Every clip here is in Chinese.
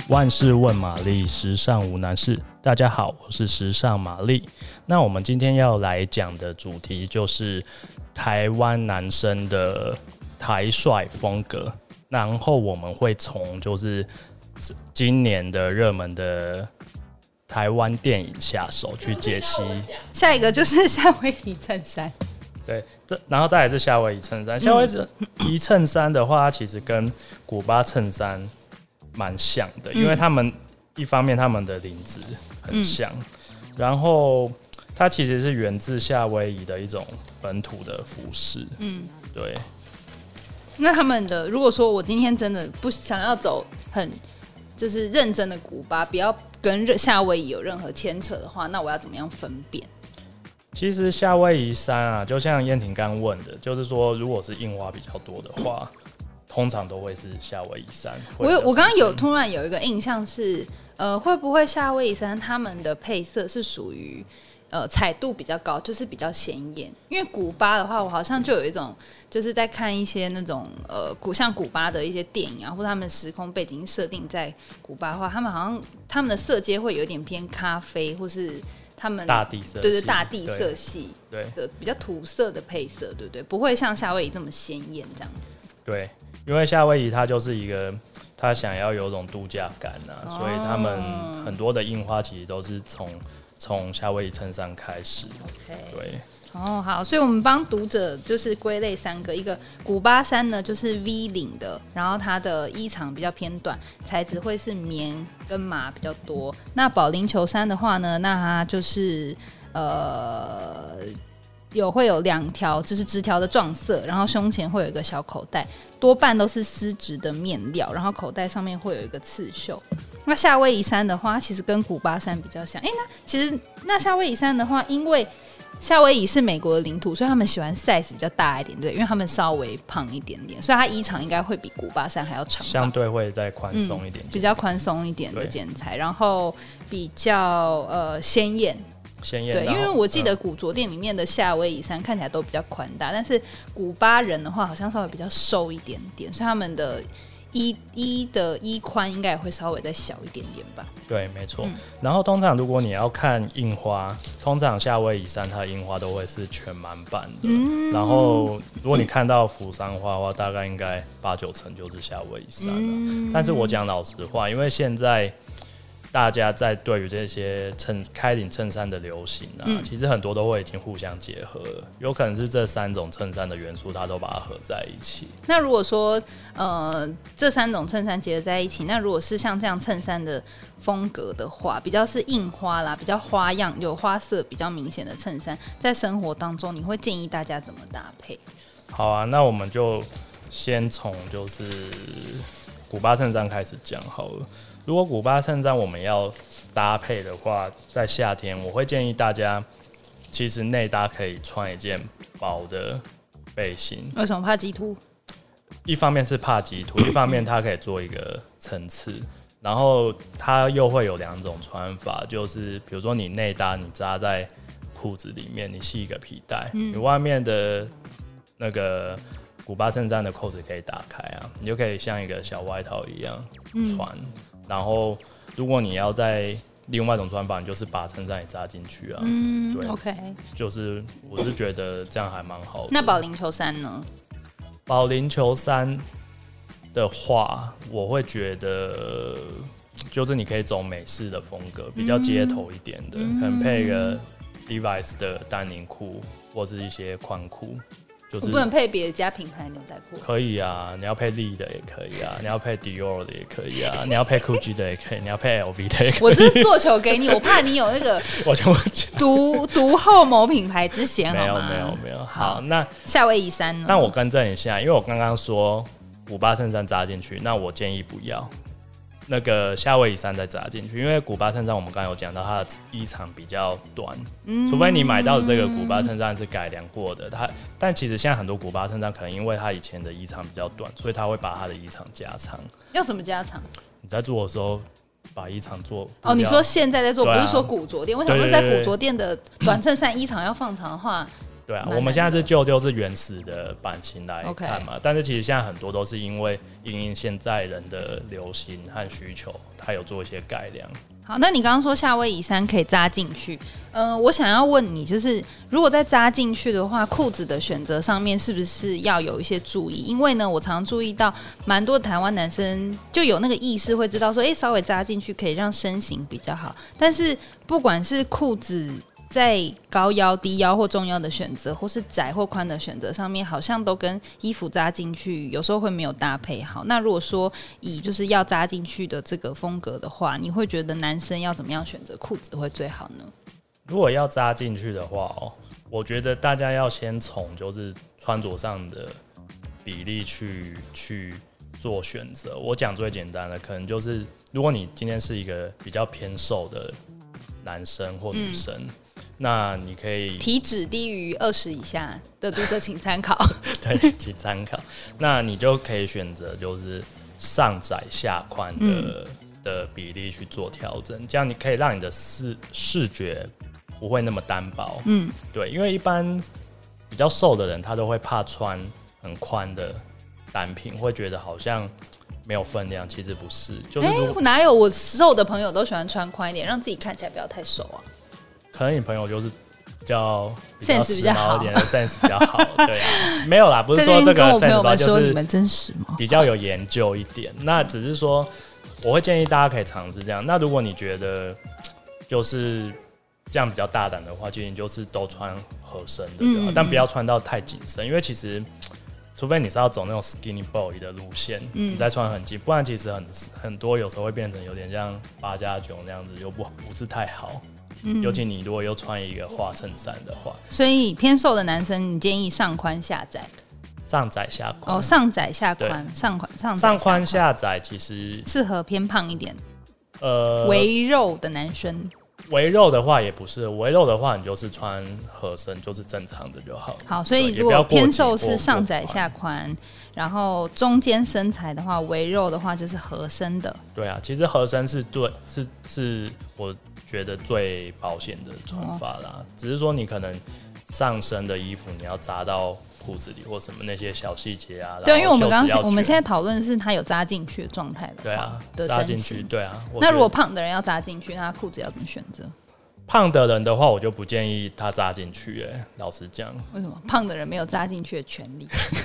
万事问玛丽，时尚无难事。大家好，我是时尚玛丽。那我们今天要来讲的主题就是台湾男生的台帅风格，然后我们会从就是今年的热门的台湾电影下手去解析。 下一个就是夏威夷衬衫。 对，然后再来是夏威夷衬衫。夏威夷衬衫的话，其实跟古巴衬衫蛮像的，因为他们一方面他们的领子很像，然后它其实是源自夏威夷的一种本土的服饰。对。 那他们的，如果说我今天真的不想要走很就是认真的古巴，不要跟夏威夷有任何牵扯的话，那我要怎么样分辨？ 其实夏威夷衫啊，就像燕婷刚问的，就是说如果是印花比较多的话，通常都会是夏威夷衫。 我刚刚突然有一个印象是，会不会夏威夷衫他们的配色是属于彩度比较高，就是比较显眼？因为古巴的话，我好像就有一种就是在看一些那种像古巴的一些电影啊，或者他们时空背景设定在古巴的话，他们好像他们的色阶会有点偏咖啡，或是他们大地色系， 对大地色系对的比较土色的配色，对不对？不会像夏威夷这么鲜艳这样子。 对，因为夏威夷它就是一个他想要有种度假感啊，所以他们很多的印花其实都是从夏威夷衬衫开始。 Okay. 对。 好，所以我们帮读者就是归类三个，一个古巴衫呢就是 V 领的，然后它的衣长比较偏短，材质会是棉跟麻比较多。那保龄球衫的话呢，那它就是会有2条就是直条的撞色，然后胸前会有一个小口袋，多半都是丝质的面料，然后口袋上面会有一个刺绣。那夏威夷衫的话，其实跟古巴衫比较像。那夏威夷衫的话，因为夏威夷是美国的领土，所以他们喜欢 size 比较大一点，对，因为他们稍微胖一点点，所以它衣长应该会比古巴衫还要长吧， 相对会再宽松一点， 比较宽松一点的剪裁，然后比较鲜艳。对，因为我记得古着店里面的夏威夷衫看起来都比较宽大，但是古巴人的话好像稍微比较瘦一点点，所以他们的衣的衣宽应该也会稍微再小一点点吧。 对，没错。然后通常如果你要看印花，通常夏威夷衫它的印花都会是全满版的。然后如果你看到扶桑花的话，大概应该8-9成就是夏威夷衫了。但是我讲老实话，因为现在大家在对于这些开领衬衫的流行啊，其实很多都会已经互相结合了，有可能是这3种衬衫的元素，它都把它合在一起。 那如果说这3种衬衫结合在一起，那如果是像这样衬衫的风格的话，比较是印花啦，比较花样有花色比较明显的衬衫，在生活当中你会建议大家怎么搭配？ 好啊，那我们就先从就是古巴衬衫开始讲好了。如果古巴衬衫我们要搭配的话，在夏天我会建议大家，其实内搭可以穿一件薄的背心。 为什么怕激突？ 一方面是怕激突，一方面它可以做一个层次，然后它又会有2种穿法，就是比如说你内搭你扎在裤子里面，你系一个皮带，你外面的那个古巴衬衫的扣子可以打开啊，你就可以像一个小外套一样穿。然后，如果你要在另外一种穿法，你就是把衬衫也扎进去啊。对 ，OK， 就是我是觉得这样还蛮好的。 那保龄球衫呢？ 保龄球衫的话，我会觉得就是你可以走美式的风格，比较街头一点的，可能配一个 Levi's 的丹宁裤，或是一些宽裤。就是、 我不能配别家品牌牛仔裤。 可以啊，你要配Lee的也可以啊，你要配 Dior 的也可以啊，你要配 Gucci 的也可以，你要配 LV 的也可以。 我这是做球给你，我怕你有那个独后某品牌之嫌，好吗？ 没有。好，那夏威夷衫呢？ 但我更正一下，因为我刚刚说古巴衬衫扎进去，那我建议不要。那个夏威夷衫再扎进去，因为古巴衬衫我们刚刚有讲到它的衣长比较短，除非你买到的这个古巴衬衫是改良过的，但其实现在很多古巴衬衫可能因为它以前的衣长比较短，所以它会把它的衣长加长。 要怎么加长？ 你在做的时候把衣长做哦，你说现在在做，不是说古着店？我想说在古着店的短衬衫衣长要放长的话， 对啊，我们现在是就是原始的版型来看嘛，但是其实现在很多都是因为因应现在人的流行和需求，它有做一些改良。 好，那你刚刚说夏威夷衫可以扎进去，我想要问你，就是如果再扎进去的话，裤子的选择上面是不是要有一些注意？因为呢，我常注意到蛮多台湾男生就有那个意识，会知道说，稍微扎进去可以让身形比较好。但是不管是裤子在高腰、低腰或中腰的选择，或是窄或宽的选择上面，好像都跟衣服扎进去有时候会没有搭配好。那如果说以就是要扎进去的这个风格的话，你会觉得男生要怎么样选择裤子会最好呢？ 如果要扎进去的话我觉得大家要先从就是穿着上的比例去做选择。我讲最简单的，可能就是如果你今天是一个比较偏瘦的男生或女生，那你可以体脂低于20以下的读者请参考。 对，请参考。那你就可以选择就是上窄下宽的比例去做调整，这样你可以让你的视觉不会那么单薄。对，因为一般比较瘦的人他都会怕穿很宽的单品，会觉得好像没有分量，其实不是。就是哪有我瘦的朋友都喜欢穿宽一点，让自己看起来不要太瘦啊。 可能你朋友就是比较 sense 比较好一点的 sense 比较好，对啊，没有啦，不是说这个 sense 跟我朋友们说就是你们真实吗？ 比较有研究一点。那只是说，我会建议大家可以尝试这样。那如果你觉得就是这样比较大胆的话，其实你就是都穿合身的，但不要穿到太紧身，因为其实除非你是要走那种 skinny boy 的路线，你再穿很紧，不然其实很多有时候会变成有点像8+9那样子，又不是太好。尤其你如果又穿一个花衬衫的话， 所以偏瘦的男生，你建议上宽下窄， 上窄下宽。 上窄下宽，上宽下窄，其实适合偏胖一点，微肉的男生。 围肉的话也不是，围肉的话你就是穿合身，就是正常的就好。 好，所以如果偏瘦是上窄下宽，然后中间身材的话，围肉的话就是合身的。 对啊，其实合身是我觉得最保险的穿法啦。只是说你可能上身的衣服你要扎到裤子里或什么那些小细节啊。 对，因为我们现在讨论的是他有扎进去的状态的。 对啊，扎进去，对啊。 那如果胖的人要扎进去，那他裤子要怎么选择？ 胖的人的话，我就不建议他扎进去。老实讲， 为什么胖的人没有扎进去的权利？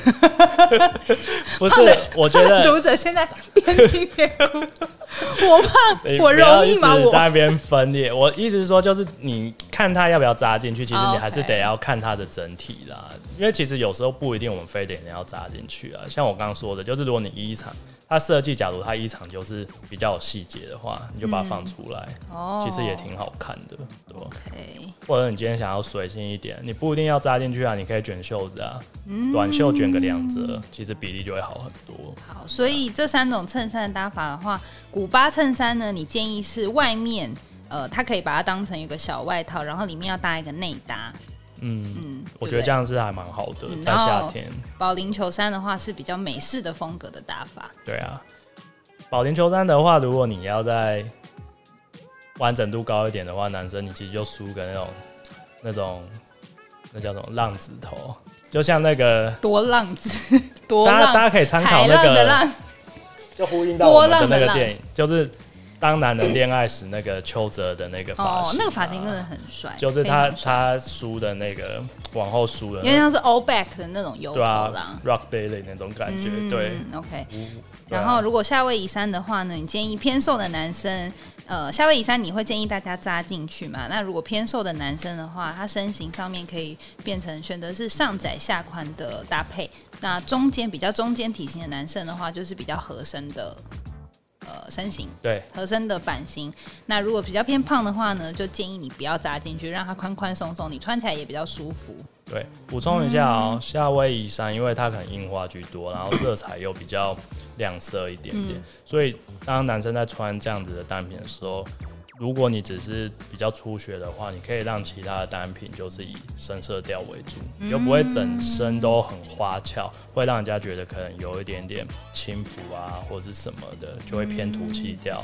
不是，我觉得读者现在边听边哭。我胖，我容易吗？我在那边分裂。我意思是说，就是你看他要不要扎进去，其实你还是得要看他的整体啦。因为其实有时候不一定我们非得要扎进去啊。像我刚刚说的，就是如果你衣场它设计，假如它衣场就是比较有细节的话，你就把它放出来，其实也挺好看的，对吧？ Okay. 或者你今天想要随性一点，你不一定要扎进去啊，你可以卷袖子啊，短袖卷个2折，其实比例就会好很多。 好，所以这3种衬衫的搭法的话，古巴衬衫呢，你建议是外面它可以把它当成一个小外套，然后里面要搭一个内搭。 我觉得这样是还蛮好的，在夏天。 保龄球衫的话是比较美式的风格的搭法。 对啊，保龄球衫的话，如果你要在完整度高一点的话，男生你其实就梳个那种那叫什么浪子头，就像那个多浪子，多浪， 大家可以参考那个，就呼应到我们的那个电影，就是当男人恋爱时那个邱泽的那个发型， 那个发型真的很帅， 就是他梳的那个往后梳的， 有点像是 all back 的那种油头啦 ，Rock Bailey 那种感觉，对 ，OK。然后如果夏威夷衫的话呢，你建议偏瘦的男生，夏威夷衫你会建议大家扎进去嘛？那如果偏瘦的男生的话，他身形上面可以变成选择是上窄下宽的搭配。那比较中间体型的男生的话，就是比较合身的身形， 对， 合身的版型。那如果比较偏胖的话呢，就建议你不要扎进去，让它宽宽松松，你穿起来也比较舒服。 对，补充一下夏威夷衫因为它可能印花居多，然后色彩又比较亮色一点点，所以当男生在穿这样子的单品的时候，如果你只是比较初学的话，你可以让其他的单品就是以深色调为主，你就不会整身都很花俏，会让人家觉得可能有一点点轻浮啊或是什么的，就会偏土气调。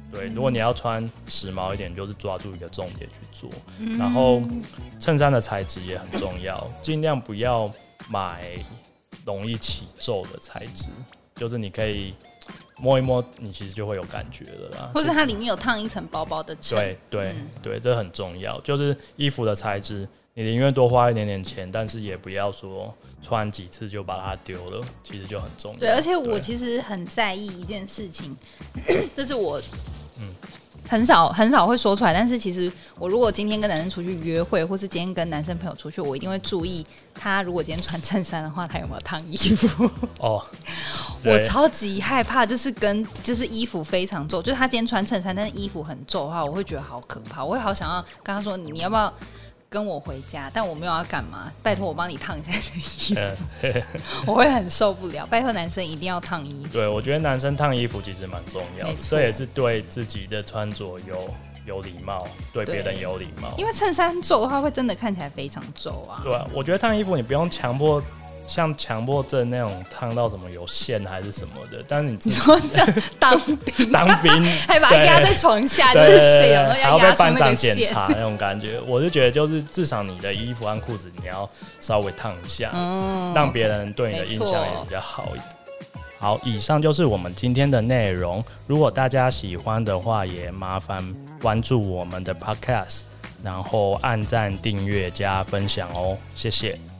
对，如果你要穿时髦一点，就是抓住一个重点去做。然后衬衫的材质也很重要，尽量不要买容易起皱的材质，就是你可以摸一摸，你其实就会有感觉了啦。 或者它里面有烫一层薄薄的衬。 对，这很重要。就是衣服的材质，你宁愿多花一点点钱，但是也不要说穿几次就把它丢了，其实就很重要。 对，而且我其实很在意一件事情，这是我很少会说出来，但是其实我如果今天跟男生出去约会，或是今天跟男生朋友出去，我一定会注意他如果今天穿衬衫的话，他有没有烫衣服。 哦， 我超级害怕，就是衣服非常皱，就是他今天穿衬衫，但是衣服很皱的话，我会觉得好可怕，我会好想要跟他说，你要不要跟我回家？但我没有要干嘛，拜托我帮你烫一下你的衣服，我会很受不了。拜托男生一定要烫衣服。 对，我觉得男生烫衣服其实蛮重要的，这也是对自己的穿着有礼貌，对别人有礼貌。 因为衬衫皱的话，会真的看起来非常皱啊。 对啊，我觉得烫衣服你不用强迫。像强迫症那种烫到什么有线还是什么的，但是你说当兵还把他压在床下就是睡，然后还要被班长检线查那种感觉，我就觉得就是至少你的衣服和裤子你要稍微烫一下，让别人对你的印象也比较好一点。好，以上就是我们今天的内容。如果大家喜欢的话，也麻烦关注我们的 Podcast， 然后按赞、订阅、加分享哦，谢谢。